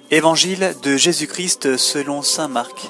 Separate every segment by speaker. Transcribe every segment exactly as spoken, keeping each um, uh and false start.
Speaker 1: Évangile de Jésus-Christ selon saint Marc.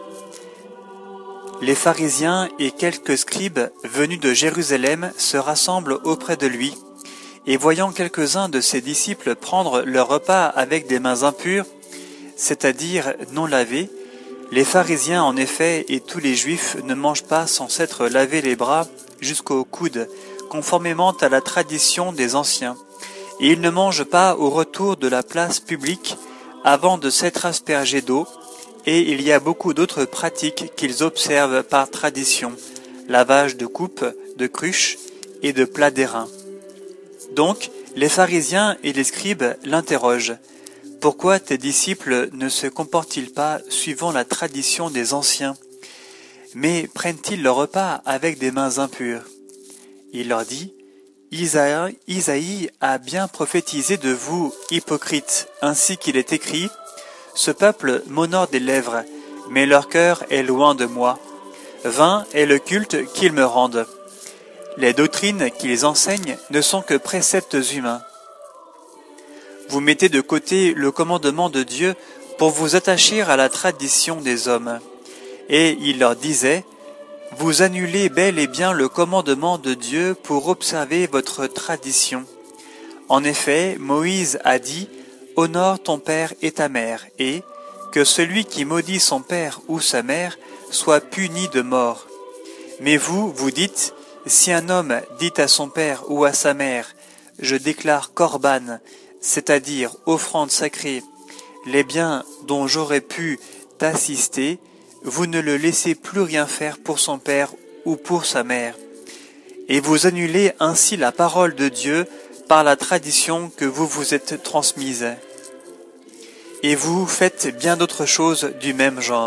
Speaker 1: Les pharisiens et quelques scribes venus de Jérusalem se rassemblent auprès de lui, et voyant quelques-uns de ses disciples prendre leur repas avec des mains impures, c'est-à-dire non lavées, les pharisiens en effet et tous les juifs ne mangent pas sans s'être lavé les bras jusqu'au coude, conformément à la tradition des anciens, et ils ne mangent pas au retour de la place publique avant de s'être aspergés d'eau, et il y a beaucoup d'autres pratiques qu'ils observent par tradition, lavage de coupes, de cruches et de plats d'airain. Donc, les pharisiens et les scribes l'interrogent. « Pourquoi tes disciples ne se comportent-ils pas suivant la tradition des anciens, mais prennent-ils leur repas avec des mains impures ?» Il leur dit, « Isaïe, Isaïe a bien prophétisé de vous, hypocrites, ainsi qu'il est écrit, « Ce peuple m'honore des lèvres, mais leur cœur est loin de moi. Vain est le culte qu'ils me rendent. Les doctrines qu'ils enseignent ne sont que préceptes humains. Vous mettez de côté le commandement de Dieu pour vous attacher à la tradition des hommes. » Et il leur disait, « Vous annulez bel et bien le commandement de Dieu pour observer votre tradition. En effet, Moïse a dit, « Honore ton père et ta mère, et que celui qui maudit son père ou sa mère soit puni de mort. Mais vous, vous dites, si un homme dit à son père ou à sa mère, « Je déclare korban », c'est-à-dire offrande sacrée, les biens dont j'aurais pu t'assister, vous ne le laissez plus rien faire pour son père ou pour sa mère. Et vous annulez ainsi la parole de Dieu par la tradition que vous vous êtes transmise. Et vous faites bien d'autres choses du même genre. »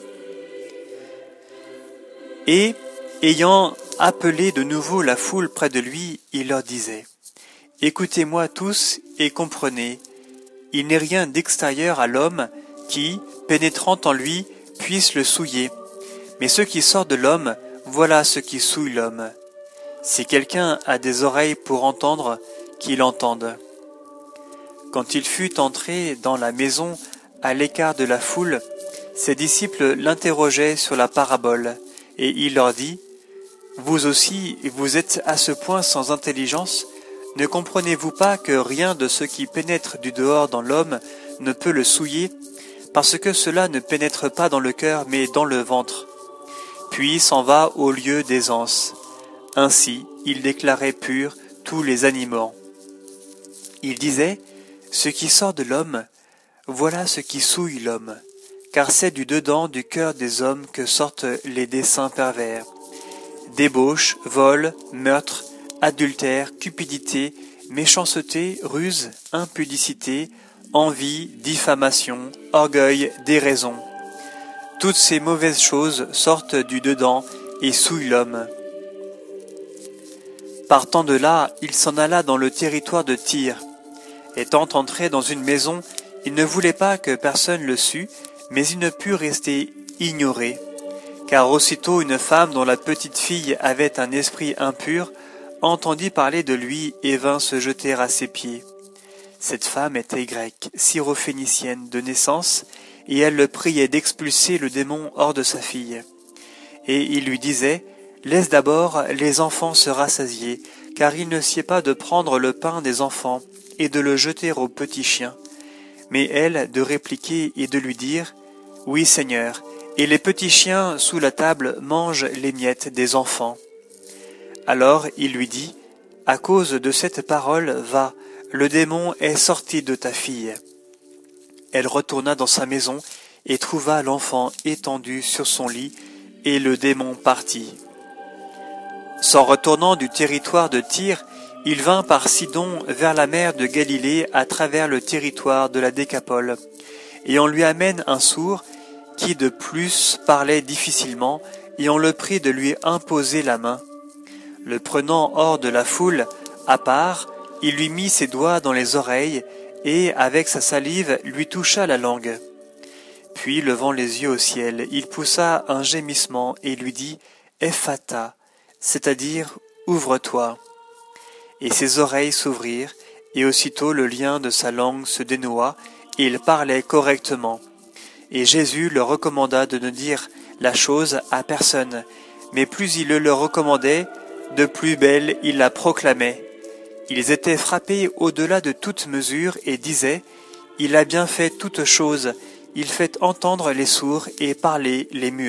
Speaker 1: Et, ayant appelé de nouveau la foule près de lui, il leur disait, « Écoutez-moi tous et comprenez, il n'est rien d'extérieur à l'homme qui, pénétrant en lui, puisse le souiller. Mais ce qui sort de l'homme, voilà ce qui souille l'homme. Si quelqu'un a des oreilles pour entendre, qu'il entende. » Quand il fut entré dans la maison, à l'écart de la foule, ses disciples l'interrogeaient sur la parabole, et il leur dit, « Vous aussi, vous êtes à ce point sans intelligence, ne comprenez-vous pas que rien de ce qui pénètre du dehors dans l'homme ne peut le souiller, parce que cela ne pénètre pas dans le cœur, mais dans le ventre, puis s'en va au lieu d'aisance. Ainsi, il déclarait purs tous les animaux. » Il disait, « Ce qui sort de l'homme, voilà ce qui souille l'homme, car c'est du dedans du cœur des hommes que sortent les desseins pervers. Débauche, vol, meurtre, adultère, cupidité, méchanceté, ruse, impudicité, envie, diffamation, orgueil, déraison. Toutes ces mauvaises choses sortent du dedans et souillent l'homme. » Partant de là, il s'en alla dans le territoire de Tyr. Étant entré dans une maison, il ne voulait pas que personne le sût, mais il ne put rester ignoré. Car aussitôt une femme dont la petite fille avait un esprit impur entendit parler de lui et vint se jeter à ses pieds. Cette femme était grecque, syrophénicienne de naissance, et elle le priait d'expulser le démon hors de sa fille. Et il lui disait, « Laisse d'abord les enfants se rassasier, car il ne sied pas de prendre le pain des enfants et de le jeter aux petits chiens. » Mais elle de répliquer et de lui dire, « Oui, Seigneur, et les petits chiens sous la table mangent les miettes des enfants. » Alors il lui dit, « À cause de cette parole, va, le démon est sorti de ta fille. » Elle retourna dans sa maison et trouva l'enfant étendu sur son lit, et le démon partit. S'en retournant du territoire de Tyr, il vint par Sidon vers la mer de Galilée à travers le territoire de la Décapole, et on lui amène un sourd qui de plus parlait difficilement, et on le prie de lui imposer la main. Le prenant hors de la foule, à part, il lui mit ses doigts dans les oreilles, et avec sa salive lui toucha la langue. Puis, levant les yeux au ciel, il poussa un gémissement et lui dit « Ephata », c'est-à-dire « Ouvre-toi ». Et ses oreilles s'ouvrirent, et aussitôt le lien de sa langue se dénoua, il parlait correctement. Et Jésus leur recommanda de ne dire la chose à personne, mais plus il le leur recommandait, de plus belle il la proclamait. Ils étaient frappés au-delà de toute mesure et disaient « Il a bien fait toutes choses, il fait entendre les sourds et parler les muets. »